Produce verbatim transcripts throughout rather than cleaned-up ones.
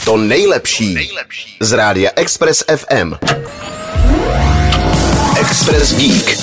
To nejlepší z rádia Express F M. Express Geek.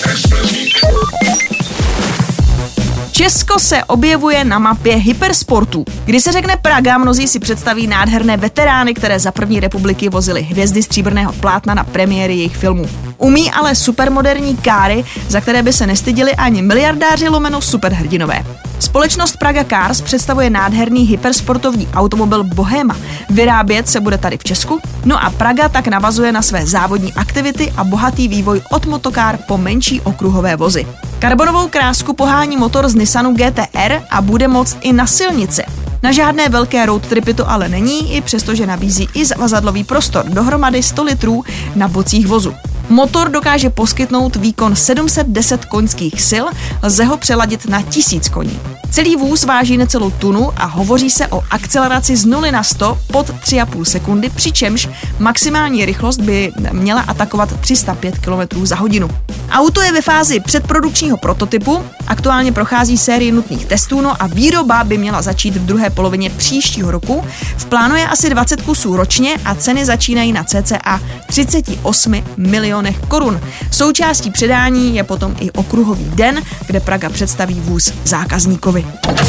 Česko se objevuje na mapě hypersportu. Když se řekne Praga, mnozí si představí nádherné veterány, které za první republiky vozily hvězdy stříbrného plátna na premiéry jejich filmů. Umí ale supermoderní káry, za které by se nestyděli ani miliardáři lomeno superhrdinové. Společnost Praga Cars představuje nádherný hypersportovní automobil Bohema. Vyrábět se bude tady v Česku, no a Praga tak navazuje na své závodní aktivity a bohatý vývoj od motokár po menší okruhové vozy. Karbonovou krásku pohání motor z Nissanu G T R a bude moct i na silnici. Na žádné velké road tripy to ale není, i přestože nabízí i zavazadlový prostor, dohromady sto litrů na bocích vozu. Motor dokáže poskytnout výkon sedm set deset koňských sil, lze ho přeladit na tisíc koní. Celý vůz váží necelou tunu a hovoří se o akceleraci z nuly na sto pod tři a půl sekundy, přičemž maximální rychlost by měla atakovat tři sta pět kilometrů za hodinu. Auto je ve fázi předprodukčního prototypu, aktuálně prochází sérii nutných testů, no a výroba by měla začít v druhé polovině příštího roku. V plánu je asi dvacet kusů ročně a ceny začínají na cca třicet osm milionech korun. Součástí předání je potom i okruhový den, kde Praga představí vůz zákazníkovi.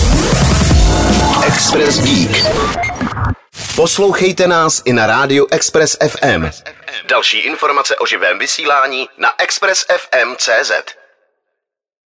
Express Geek. Poslouchejte nás i na rádiu Express F M. Další informace o živém vysílání na express f m tečka cé zet.